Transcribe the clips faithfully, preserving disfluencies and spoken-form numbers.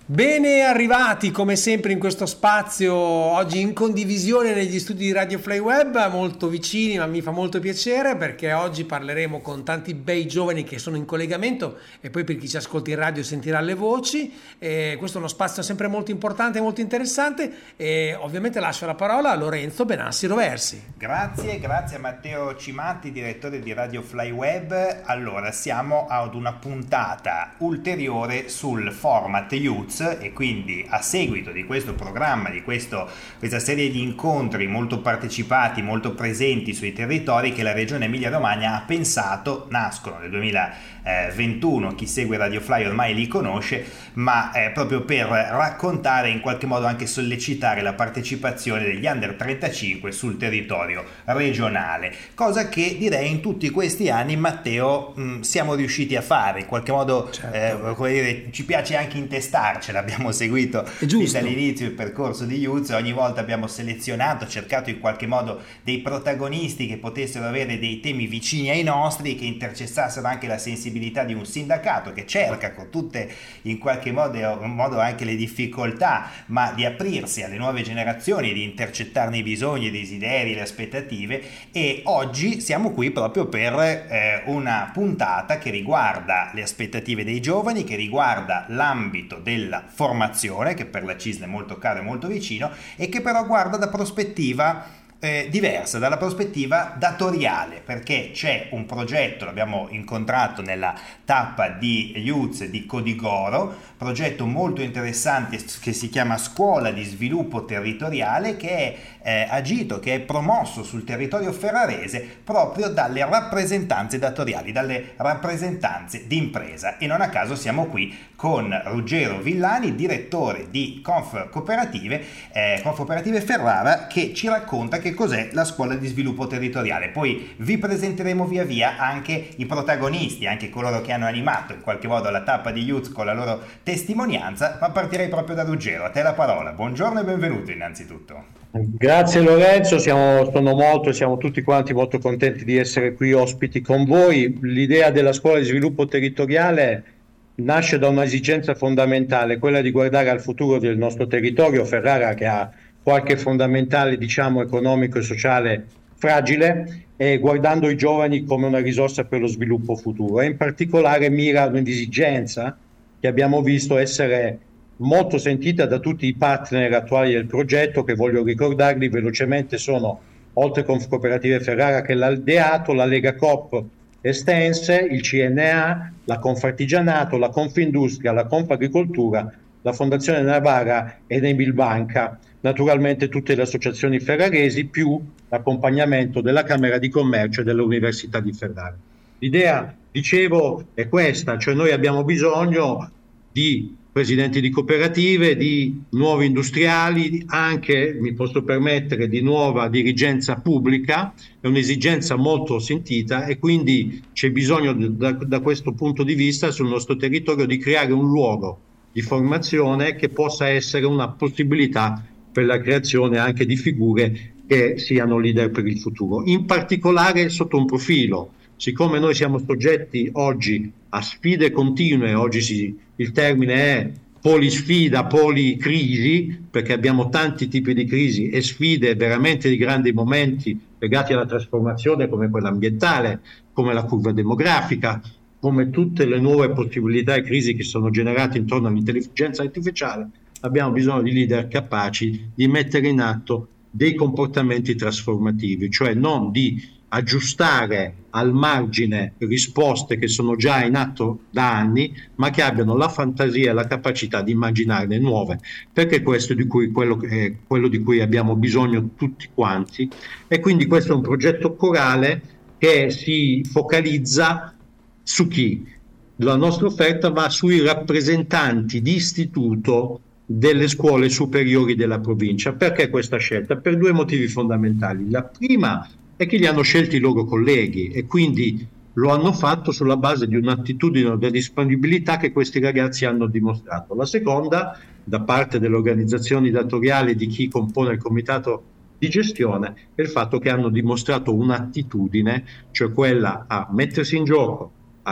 Bene arrivati come sempre in questo spazio, oggi in condivisione negli studi di Radio Fly Web, molto vicini, ma mi fa molto piacere perché oggi parleremo con tanti bei giovani che sono in collegamento e poi per chi ci ascolta in radio sentirà le voci. E questo è uno spazio sempre molto importante e molto interessante e ovviamente lascio la parola a Lorenzo Benassi Roversi. Grazie, grazie a Matteo Cimatti, direttore di Radio Fly Web. Allora, siamo ad una puntata ulteriore sul format Youth e quindi a seguito di questo programma, di questo, questa serie di incontri molto partecipati, molto presenti sui territori che la Regione Emilia-Romagna ha pensato, nascono nel duemilaventuno, chi segue Radio Fly ormai li conosce, ma eh, proprio per raccontare, in qualche modo anche sollecitare la partecipazione degli under trentacinque sul territorio regionale, cosa che direi in tutti questi anni, Matteo, mh, siamo riusciti a fare, in qualche modo, certo. eh, come dire, ci piace anche intestarci. L'abbiamo seguito dall'inizio il percorso di Youth, ogni volta abbiamo selezionato, cercato in qualche modo dei protagonisti che potessero avere dei temi vicini ai nostri, che intercessassero anche la sensibilità di un sindacato che cerca con tutte in qualche modo, modo anche le difficoltà, ma di aprirsi alle nuove generazioni, di intercettarne i bisogni, i desideri, le aspettative. E oggi siamo qui proprio per eh, una puntata che riguarda le aspettative dei giovani, che riguarda l'ambito della formazione, che per la CISL è molto caro e molto vicino, e che però guarda da prospettiva eh, diversa, dalla prospettiva datoriale, perché c'è un progetto, l'abbiamo incontrato nella tappa di Youth di Codigoro, progetto molto interessante che si chiama Scuola di Sviluppo Territoriale, che è eh, agito, che è promosso sul territorio ferrarese proprio dalle rappresentanze datoriali, dalle rappresentanze di impresa. E non a caso siamo qui con Ruggero Villani, direttore di Conf Cooperative, eh, Conf Cooperative Ferrara, che ci racconta che cos'è la Scuola di Sviluppo Territoriale. Poi vi presenteremo via via anche i protagonisti, anche coloro che hanno animato in qualche modo la tappa di Youth con la loro testimonianza, ma partirei proprio da Ruggero. A te la parola. Buongiorno e benvenuto innanzitutto. Grazie Lorenzo, siamo, sono molto, siamo tutti quanti molto contenti di essere qui ospiti con voi. L'idea della Scuola di Sviluppo Territoriale nasce da un'esigenza fondamentale, quella di guardare al futuro del nostro territorio, Ferrara che ha qualche fondamentale, diciamo, economico e sociale fragile, e guardando i giovani come una risorsa per lo sviluppo futuro, e in particolare mira ad un'esigenza che abbiamo visto essere molto sentita da tutti i partner attuali del progetto, che voglio ricordarli velocemente sono, oltre Conf Cooperative Ferrara che l'Aldeato, la Lega Coop Estense, il C N A, la Confartigianato, la Confindustria, la Confagricoltura, la Fondazione Navara e Nebil Banca, naturalmente tutte le associazioni ferraresi, più l'accompagnamento della Camera di Commercio e dell'Università di Ferrara. L'idea, dicevo, è questa, cioè noi abbiamo bisogno di presidenti di cooperative, di nuovi industriali, anche, mi posso permettere, di nuova dirigenza pubblica, è un'esigenza molto sentita e quindi c'è bisogno da, da questo punto di vista sul nostro territorio di creare un luogo di formazione che possa essere una possibilità per la creazione anche di figure che siano leader per il futuro, in particolare sotto un profilo. Siccome noi siamo soggetti oggi a sfide continue, oggi si, il termine è polisfida, policrisi, perché abbiamo tanti tipi di crisi e sfide veramente di grandi momenti legati alla trasformazione come quella ambientale, come la curva demografica, come tutte le nuove possibilità e crisi che sono generate intorno all'intelligenza artificiale, abbiamo bisogno di leader capaci di mettere in atto dei comportamenti trasformativi, cioè non di aggiustare al margine risposte che sono già in atto da anni, ma che abbiano la fantasia e la capacità di immaginarne nuove, perché questo è di cui, quello, è quello di cui abbiamo bisogno tutti quanti. E quindi questo è un progetto corale che si focalizza su chi? La nostra offerta va sui rappresentanti di istituto delle scuole superiori della provincia. Perché questa scelta? Per due motivi fondamentali. La prima è che li hanno scelti i loro colleghi e quindi lo hanno fatto sulla base di un'attitudine o di disponibilità che questi ragazzi hanno dimostrato. La seconda, da parte delle organizzazioni datoriali di chi compone il comitato di gestione, è il fatto che hanno dimostrato un'attitudine, cioè quella a mettersi in gioco, a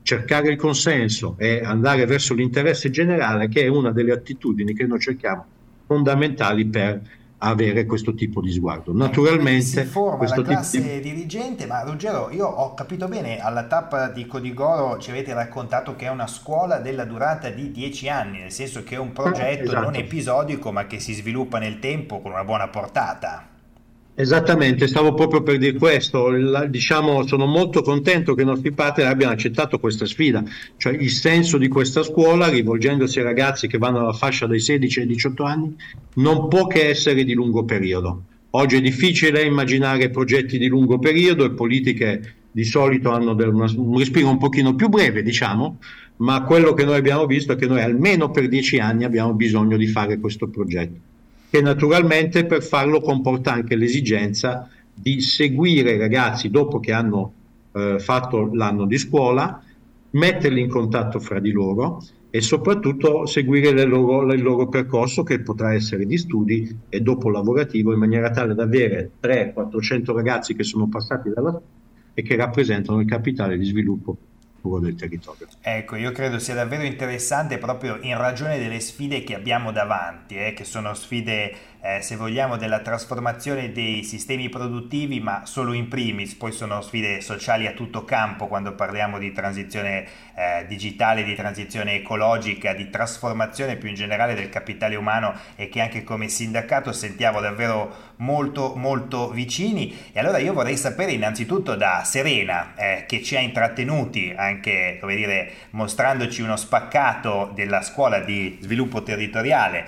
cercare il consenso e andare verso l'interesse generale, che è una delle attitudini che noi cerchiamo fondamentali per avere questo tipo di sguardo. Naturalmente si forma questo la classe tipo di... dirigente, ma Ruggero, io ho capito bene, alla tappa di Codigoro ci avete raccontato che è una scuola della durata di dieci anni, nel senso che è un progetto esatto. non episodico ma che si sviluppa nel tempo con una buona portata. Esattamente, stavo proprio per dire questo. La, diciamo, sono molto contento che i nostri partner abbiano accettato questa sfida, cioè il senso di questa scuola, rivolgendosi ai ragazzi che vanno alla fascia dai sedici ai diciotto anni, non può che essere di lungo periodo. Oggi è difficile immaginare progetti di lungo periodo e politiche di solito hanno del, una, un respiro un pochino più breve, diciamo, ma quello che noi abbiamo visto è che noi almeno per dieci anni abbiamo bisogno di fare questo progetto, che naturalmente per farlo comporta anche l'esigenza di seguire i ragazzi dopo che hanno eh, fatto l'anno di scuola, metterli in contatto fra di loro e soprattutto seguire le loro, il loro percorso, che potrà essere di studi e dopo lavorativo, in maniera tale da avere trecento quattrocento ragazzi che sono passati dalla scuola e che rappresentano il capitale di sviluppo del territorio. Ecco, io credo sia davvero interessante proprio in ragione delle sfide che abbiamo davanti, eh, che sono sfide, eh, se vogliamo, della trasformazione dei sistemi produttivi, ma solo in primis, poi sono sfide sociali a tutto campo quando parliamo di transizione eh, digitale, di transizione ecologica, di trasformazione più in generale del capitale umano e che anche come sindacato sentiamo davvero molto molto vicini. E allora io vorrei sapere innanzitutto da Serena, eh, che ci ha intrattenuti anche, come dire, mostrandoci uno spaccato della scuola di sviluppo territoriale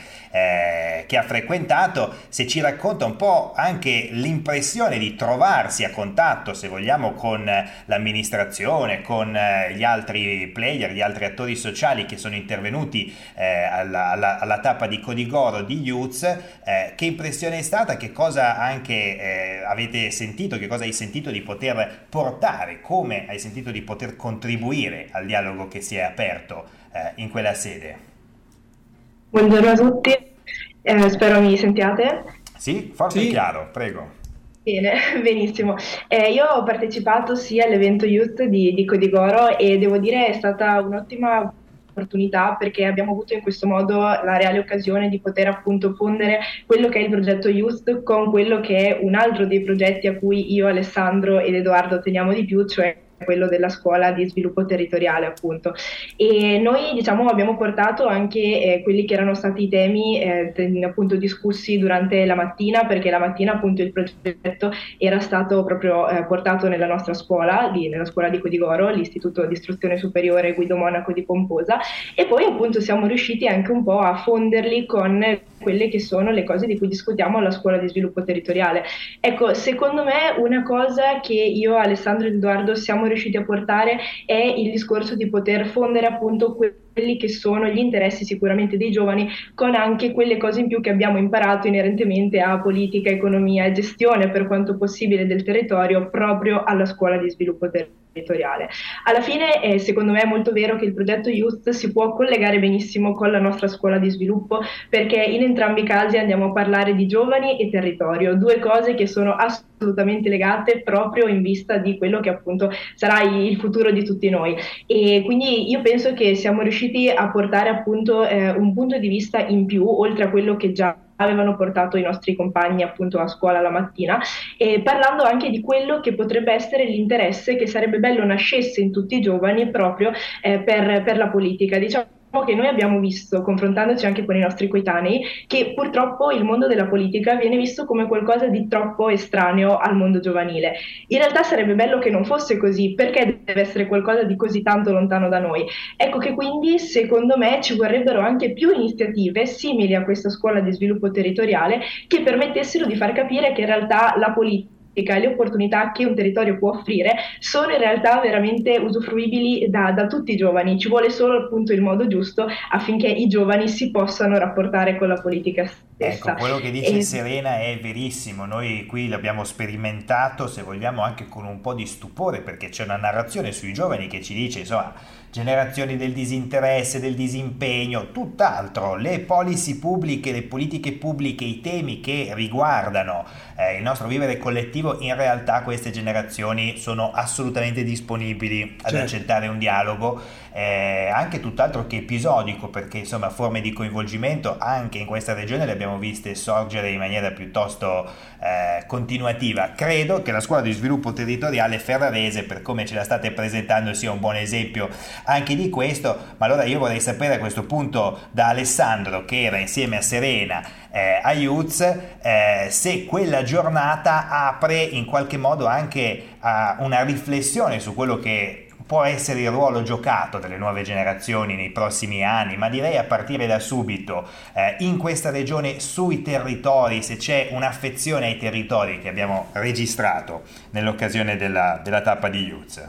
eh, che ha frequentato, se ci racconta un po' anche l'impressione di trovarsi a contatto, se vogliamo, con l'amministrazione, con gli altri player, gli altri attori sociali che sono intervenuti eh, alla, alla, alla tappa di Codigoro di Youth. Eh, che impressione è stata? Che cosa anche eh, avete sentito? Che cosa hai sentito di poter portare? Come hai sentito di poter contribuire al dialogo che si è aperto eh, in quella sede? Buongiorno a tutti, eh, spero mi sentiate. Sì, forte Sì. e chiaro, prego. Bene, benissimo. Eh, io ho partecipato sia all'evento Youth di, di Codigoro e devo dire è stata un'ottima opportunità, perché abbiamo avuto in questo modo la reale occasione di poter appunto fondere quello che è il progetto Youth con quello che è un altro dei progetti a cui io, Alessandro ed Edoardo teniamo di più, cioè quello della scuola di sviluppo territoriale, appunto. E noi, diciamo, abbiamo portato anche eh, quelli che erano stati i temi eh, ten, appunto discussi durante la mattina, perché la mattina appunto il progetto era stato proprio eh, portato nella nostra scuola, lì, nella scuola di Codigoro, l'Istituto di Istruzione Superiore Guido Monaco di Pomposa, e poi appunto siamo riusciti anche un po' a fonderli con quelle che sono le cose di cui discutiamo alla scuola di sviluppo territoriale. Ecco, secondo me una cosa che io, Alessandro ed Edoardo siamo riusciti a portare è il discorso di poter fondere appunto quelli che sono gli interessi sicuramente dei giovani con anche quelle cose in più che abbiamo imparato inerentemente a politica, economia e gestione per quanto possibile del territorio proprio alla scuola di sviluppo territoriale. Alla fine eh, secondo me è molto vero che il progetto Youth si può collegare benissimo con la nostra scuola di sviluppo, perché in entrambi i casi andiamo a parlare di giovani e territorio, due cose che sono assolutamente legate proprio in vista di quello che appunto sarà il futuro di tutti noi. E quindi io penso che siamo riusciti a portare appunto eh, un punto di vista in più, oltre a quello che già avevano portato i nostri compagni appunto a scuola la mattina, e parlando anche di quello che potrebbe essere l'interesse che sarebbe bello nascesse in tutti i giovani proprio eh, per, per la politica. Diciamo che noi abbiamo visto, confrontandoci anche con i nostri coetanei, che purtroppo il mondo della politica viene visto come qualcosa di troppo estraneo al mondo giovanile. In realtà sarebbe bello che non fosse così, perché deve essere qualcosa di così tanto lontano da noi. Ecco che quindi secondo me ci vorrebbero anche più iniziative simili a questa scuola di sviluppo territoriale che permettessero di far capire che in realtà la politica e le opportunità che un territorio può offrire sono in realtà veramente usufruibili da, da tutti i giovani. Ci vuole solo appunto il modo giusto affinché i giovani si possano rapportare con la politica stessa. Ecco, quello che dice e... Serena è verissimo. Noi qui l'abbiamo sperimentato, se vogliamo, anche con un po' di stupore, perché c'è una narrazione sui giovani che ci dice, insomma, generazioni del disinteresse, del disimpegno, tutt'altro. Le policy pubbliche, le politiche pubbliche, i temi che riguardano eh, il nostro vivere collettivo formativo, in realtà queste generazioni sono assolutamente disponibili ad Certo. accettare un dialogo, eh, anche tutt'altro che episodico, perché insomma forme di coinvolgimento anche in questa regione le abbiamo viste sorgere in maniera piuttosto eh, continuativa. Credo che la scuola di sviluppo territoriale ferrarese, per come ce la state presentando, sia un buon esempio anche di questo. Ma allora io vorrei sapere a questo punto da Alessandro, che era insieme a Serena eh, a Youth, eh, se quella giornata apre in qualche modo anche a una riflessione su quello che può essere il ruolo giocato dalle nuove generazioni nei prossimi anni, ma direi a partire da subito, eh, in questa regione, sui territori, se c'è un'affezione ai territori che abbiamo registrato nell'occasione della, della tappa di Youth.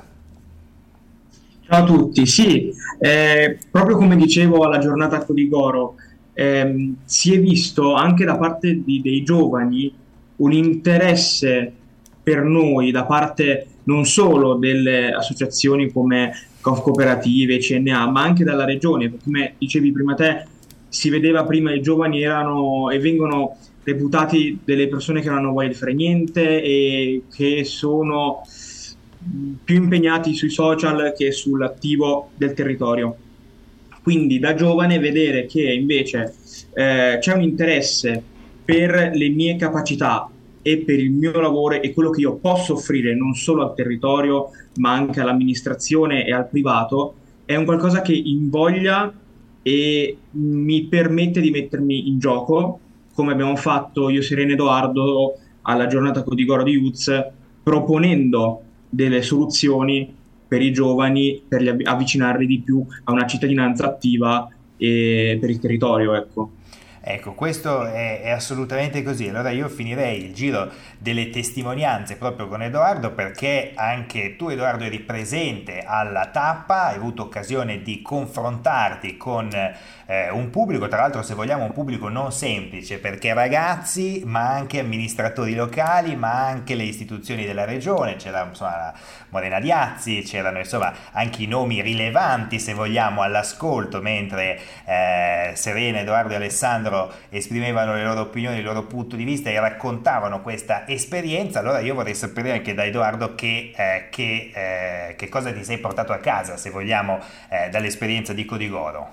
Ciao a tutti, sì, eh, proprio come dicevo alla giornata a Codigoro, ehm, si è visto anche da parte di- dei giovani un interesse per noi da parte non solo delle associazioni come Coop Cooperative, C N A, ma anche dalla regione. Come dicevi prima te, si vedeva prima i giovani erano e vengono reputati delle persone che non hanno voglia di fare niente e che sono mh, più impegnati sui social che sull'attivo del territorio. Quindi da giovane vedere che invece eh, c'è un interesse per le mie capacità e per il mio lavoro e quello che io posso offrire non solo al territorio ma anche all'amministrazione e al privato, è un qualcosa che invoglia e mi permette di mettermi in gioco, come abbiamo fatto io, Serena e Edoardo alla giornata Codigoro di Youth, proponendo delle soluzioni per i giovani, per gli avvi- avvicinarli di più a una cittadinanza attiva e per il territorio, ecco. Ecco, questo è, è assolutamente così. Allora io finirei il giro delle testimonianze proprio con Edoardo, perché anche tu, Edoardo, eri presente alla tappa, hai avuto occasione di confrontarti con eh, un pubblico, tra l'altro se vogliamo un pubblico non semplice, perché ragazzi, ma anche amministratori locali, ma anche le istituzioni della regione, c'era insomma Morena Diazzi, c'erano insomma anche i nomi rilevanti se vogliamo all'ascolto, mentre eh, Serena, Edoardo e Alessandro esprimevano le loro opinioni, il loro punto di vista e raccontavano questa esperienza. Allora io vorrei sapere anche da Edoardo che, eh, che, eh, che cosa ti sei portato a casa, se vogliamo, eh, dall'esperienza di Codigoro.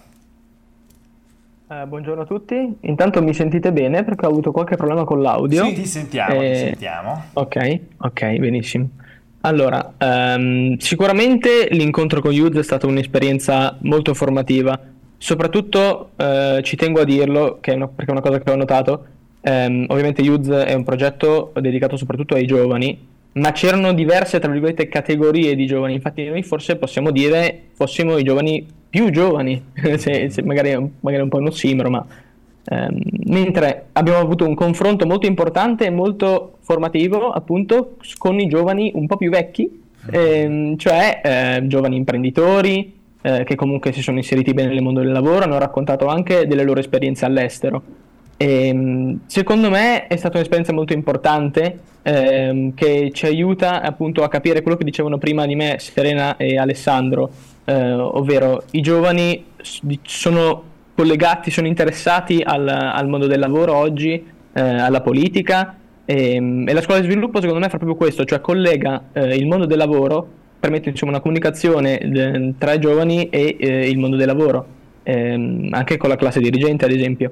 Eh, buongiorno a tutti, intanto mi sentite bene perché ho avuto qualche problema con l'audio. Sì, ti sentiamo, ti Eh, sentiamo. Ok, ok, benissimo. Allora, ehm, sicuramente l'incontro con Youth è stata un'esperienza molto formativa, soprattutto eh, ci tengo a dirlo, che è una, perché è una cosa che ho notato, ehm, ovviamente Youth è un progetto dedicato soprattutto ai giovani, ma c'erano diverse, tra virgolette, categorie di giovani, infatti noi forse possiamo dire fossimo i giovani più giovani, se, se magari, è un- magari è un po' un ossimoro, ma ehm, mentre abbiamo avuto un confronto molto importante e molto formativo appunto s- con i giovani un po' più vecchi, ehm, cioè eh, giovani imprenditori eh, che comunque si sono inseriti bene nel mondo del lavoro, hanno raccontato anche delle loro esperienze all'estero. E, mh, secondo me è stata un'esperienza molto importante ehm, che ci aiuta appunto a capire quello che dicevano prima di me Serena e Alessandro, eh, ovvero i giovani s- di- sono collegati, sono interessati al, al mondo del lavoro oggi, eh, alla politica e, mh, e la scuola di sviluppo secondo me fa proprio questo, cioè collega eh, il mondo del lavoro, permette insomma una comunicazione eh, tra i giovani e eh, il mondo del lavoro, ehm, anche con la classe dirigente ad esempio.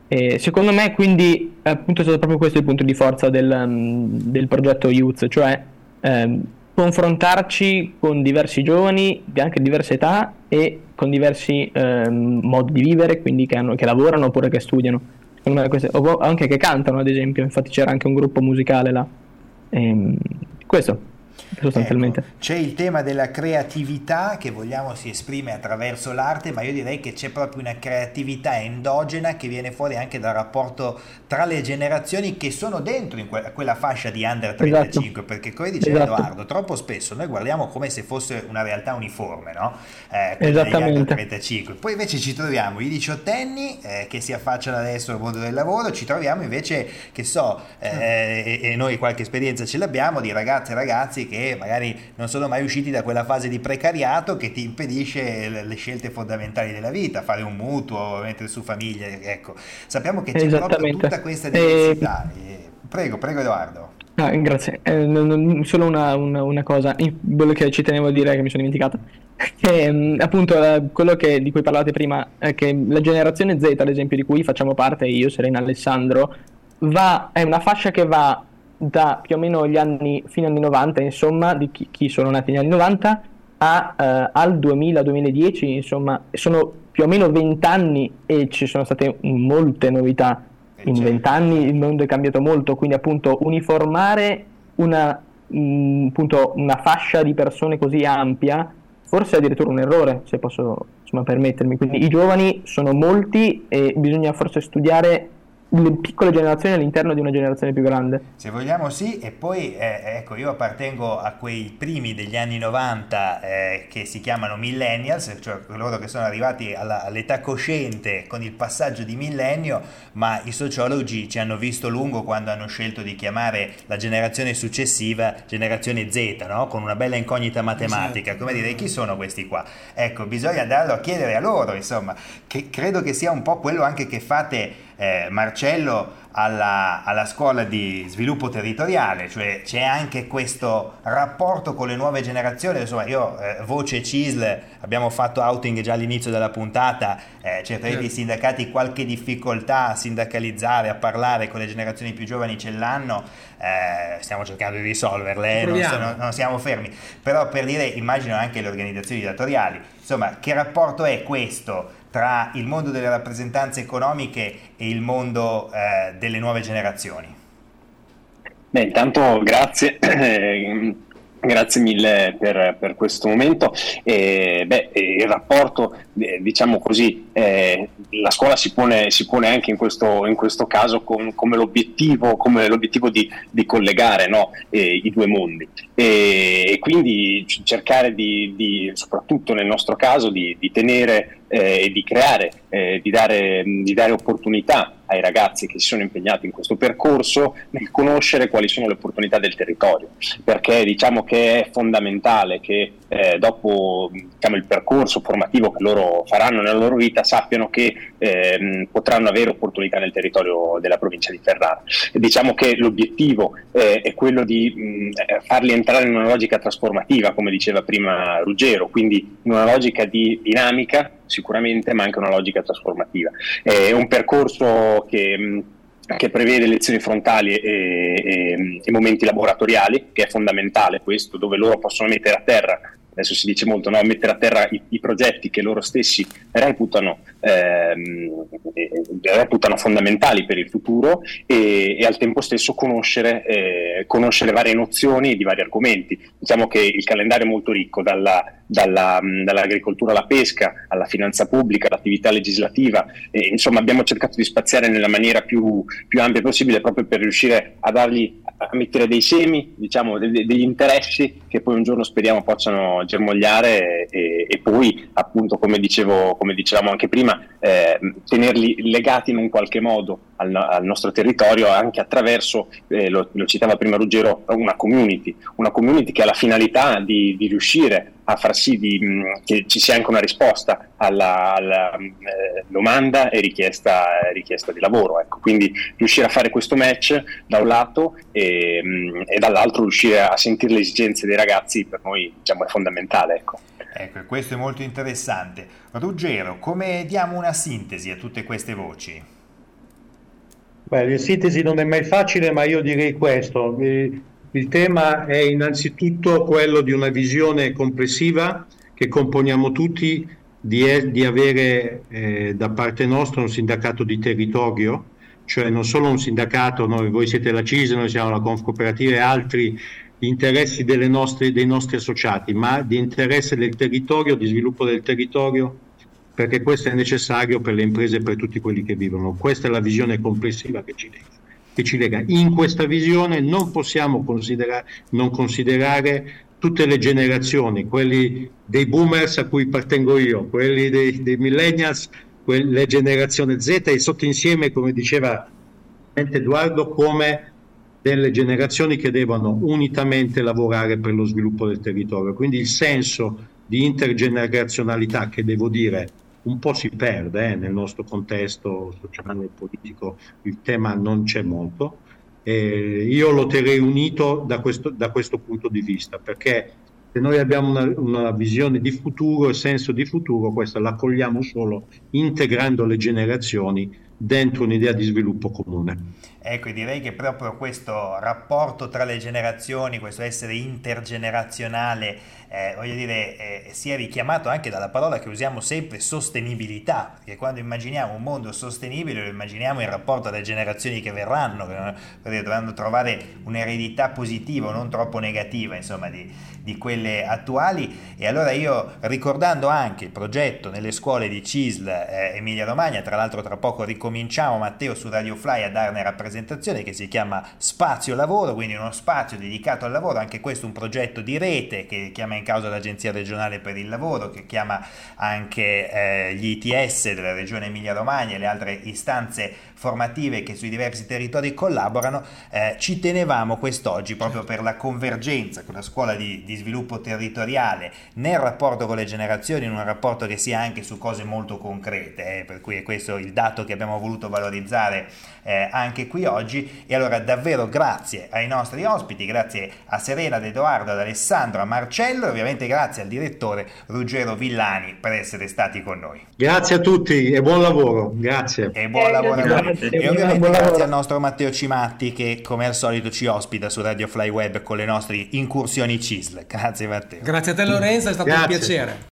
E secondo me quindi appunto è stato proprio questo il punto di forza del, um, del progetto Youth, cioè ehm, confrontarci con diversi giovani di anche diverse età e con diversi ehm, modi di vivere, quindi che, hanno, che lavorano oppure che studiano. Secondo me queste, o anche che cantano ad esempio, infatti c'era anche un gruppo musicale là. Ehm, questo sostanzialmente. Ecco, c'è il tema della creatività che vogliamo si esprime attraverso l'arte, ma io direi che c'è proprio una creatività endogena che viene fuori anche dal rapporto tra le generazioni che sono dentro in que- quella fascia di under trentacinque, Esatto. perché come diceva Esatto. Edoardo, troppo spesso noi guardiamo come se fosse una realtà uniforme, no? Eh, quella degli under Esattamente. trentacinque. Poi invece ci troviamo i diciottenni eh, che si affacciano adesso al mondo del lavoro, ci troviamo invece, che so, eh, e, e noi qualche esperienza ce l'abbiamo, di ragazze e ragazzi che magari non sono mai usciti da quella fase di precariato che ti impedisce le, le scelte fondamentali della vita, fare un mutuo, mettere su famiglia, ecco. Sappiamo che c'è proprio Esattamente. tutta questa E- diversità. E- Prego, prego Edoardo. Ah, grazie. Eh, non- non- solo una, una- una cosa, in- quello che ci tenevo a dire che mi sono dimenticato. Che, mm, appunto, eh, quello che- di cui parlavate prima, è che la generazione Z, ad esempio, di cui facciamo parte io, Serena, Alessandro, va, è una fascia che va da più o meno gli anni, fino agli anni novanta, insomma, di chi, chi sono nati negli anni novanta, a, eh, al duemila-duemiladieci, insomma, sono più o meno venti anni e ci sono state molte novità. Eh, In certo. vent'anni il mondo è cambiato molto, quindi appunto uniformare una, mh, appunto, una fascia di persone così ampia, forse è addirittura un errore, se posso insomma, permettermi. Quindi i giovani sono molti e bisogna forse studiare le piccole generazioni all'interno di una generazione più grande. Se vogliamo sì, e poi eh, ecco, io appartengo a quei primi degli anni novanta eh, che si chiamano millennials, cioè coloro che sono arrivati alla- all'età cosciente con il passaggio di millennio, ma i sociologi ci hanno visto lungo quando hanno scelto di chiamare la generazione successiva generazione Z, no? Con una bella incognita matematica, come dire, chi sono questi qua? Ecco, bisogna andarlo a chiedere a loro, insomma, che credo che sia un po' quello anche che fate eh, Marcello alla, alla scuola di sviluppo territoriale, cioè c'è anche questo rapporto con le nuove generazioni. Insomma, io eh, voce C I S L, abbiamo fatto outing già all'inizio della puntata, eh, certamente i sindacati qualche difficoltà a sindacalizzare, a parlare con le generazioni più giovani ce l'hanno, eh, stiamo cercando di risolverle, eh, non, Proviamo. non- non siamo fermi, però per dire, immagino anche le organizzazioni datoriali, insomma, che rapporto è questo tra il mondo delle rappresentanze economiche e il mondo eh, delle nuove generazioni? Beh, intanto grazie, grazie mille per, per questo momento. E, beh, il rapporto, eh, diciamo così, eh, la scuola si pone, si pone anche in questo, in questo caso con- come l'obiettivo, come l'obiettivo di, di collegare, no, eh, i due mondi e, e quindi c- cercare di, di, soprattutto nel nostro caso, di, di tenere eh, e di creare, eh, di dare, di dare opportunità ai ragazzi che si sono impegnati in questo percorso nel conoscere quali sono le opportunità del territorio, perché diciamo che è fondamentale che eh, dopo diciamo, il percorso formativo che loro faranno nella loro vita sappiano che ehm, potranno avere opportunità nel territorio della provincia di Ferrara. E diciamo che l'obiettivo eh, è quello di mh, farli entrare in una logica trasformativa, come diceva prima Ruggero, quindi in una logica di dinamica sicuramente, ma anche una logica trasformativa. È un percorso che, mh, che prevede lezioni frontali e, e, e momenti laboratoriali, che è fondamentale questo, dove loro possono mettere a terra, adesso si dice molto, no? Mettere a terra i, i progetti che loro stessi reputano, ehm, eh, reputano fondamentali per il futuro e, e al tempo stesso conoscere, eh, conoscere varie nozioni di vari argomenti. Diciamo che il calendario è molto ricco, dalla, dalla, mh, dall'agricoltura alla pesca, alla finanza pubblica, all'attività legislativa, e, insomma abbiamo cercato di spaziare nella maniera più, più ampia possibile proprio per riuscire a dargli, a mettere dei semi, diciamo de- de- degli interessi che poi un giorno speriamo possano germogliare e, e poi appunto come dicevo, come dicevamo anche prima, eh, tenerli legati in un qualche modo al, al nostro territorio anche attraverso, eh, lo, lo citava prima Ruggero, una community, una community che ha la finalità di, di riuscire a far sì di, mh, che ci sia anche una risposta alla, alla eh, domanda e richiesta, richiesta di lavoro. Ecco. Quindi riuscire a fare questo match da un lato e, mh, e dall'altro riuscire a sentire le esigenze dei ragazzi per noi diciamo, è fondamentale. Ecco. Ecco, questo è molto interessante. Ruggero, come diamo una sintesi a tutte queste voci? Beh, la sintesi non è mai facile, ma io direi questo. Il, il tema è innanzitutto quello di una visione complessiva che componiamo tutti di, di avere eh, da parte nostra un sindacato di territorio, cioè non solo un sindacato, noi, voi siete la C I S, noi siamo la Confcooperativa e altri interessi delle nostre, dei nostri associati, ma di interesse del territorio, di sviluppo del territorio, perché questo è necessario per le imprese e per tutti quelli che vivono. Questa è la visione complessiva che ci lega. Che ci lega. In questa visione non possiamo considerare, non considerare tutte le generazioni, quelli dei boomers a cui appartengo io, quelli dei, dei millennials, quelle generazione Z e sotto insieme, come diceva Edoardo, come delle generazioni che devono unitamente lavorare per lo sviluppo del territorio. Quindi il senso di intergenerazionalità, che devo dire un po' si perde eh, nel nostro contesto sociale e politico, il tema non c'è molto, Eh, io lo terrei unito da questo, da questo punto di vista, perché se noi abbiamo una, una visione di futuro e senso di futuro, questa la cogliamo solo integrando le generazioni dentro un'idea di sviluppo comune. Ecco, direi che proprio questo rapporto tra le generazioni, questo essere intergenerazionale, eh, voglio dire, eh, si è richiamato anche dalla parola che usiamo sempre, sostenibilità, perché quando immaginiamo un mondo sostenibile lo immaginiamo in rapporto alle generazioni che verranno, che dovranno trovare un'eredità positiva, non troppo negativa, insomma, di, di quelle attuali. E allora io, ricordando anche il progetto nelle scuole di C I S L eh, Emilia Romagna, tra l'altro tra poco ricominciamo, Matteo, su Radio Fly a darne rappresentazione, che si chiama Spazio Lavoro, quindi uno spazio dedicato al lavoro, anche questo un progetto di rete che chiama in causa l'Agenzia regionale per il lavoro, che chiama anche eh, gli I T S della regione Emilia Romagna e le altre istanze formative che sui diversi territori collaborano. Eh, ci tenevamo quest'oggi proprio per la convergenza con la scuola di, di sviluppo territoriale nel rapporto con le generazioni, in un rapporto che sia anche su cose molto concrete, eh, per cui è questo il dato che abbiamo voluto valorizzare eh, anche qui oggi. E allora davvero grazie ai nostri ospiti, grazie a Serena, ad Edoardo, ad Alessandro, a Marcello e ovviamente grazie al direttore Ruggero Villani per essere stati con noi. Grazie a tutti e buon lavoro, grazie. E buon Eh, lavoro a voi. grazie. E ovviamente Buon grazie lavoro. al nostro Matteo Cimatti che come al solito ci ospita su Radio Fly Web con le nostre incursioni C I S L. Grazie Matteo. Grazie a te Lorenzo, è stato Grazie. un piacere.